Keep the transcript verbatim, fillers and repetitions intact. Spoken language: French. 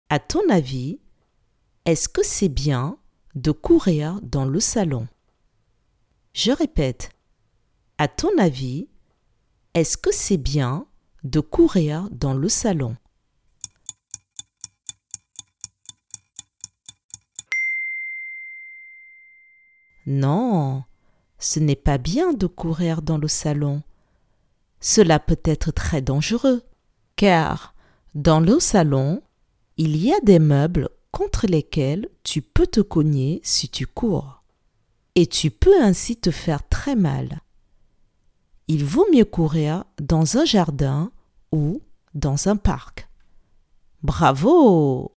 À ton avis, est-ce que c'est bien de courir dans le salon? Je répète. À ton avis, est-ce que c'est bien de courir dans le salon? Non, ce n'est pas bien de courir dans le salon. Cela peut être très dangereux, car dans le salon, il y a des meubles contre lesquels tu peux te cogner si tu cours. Et tu peux ainsi te faire très mal. Il vaut mieux courir dans un jardin ou dans un parc. Bravo!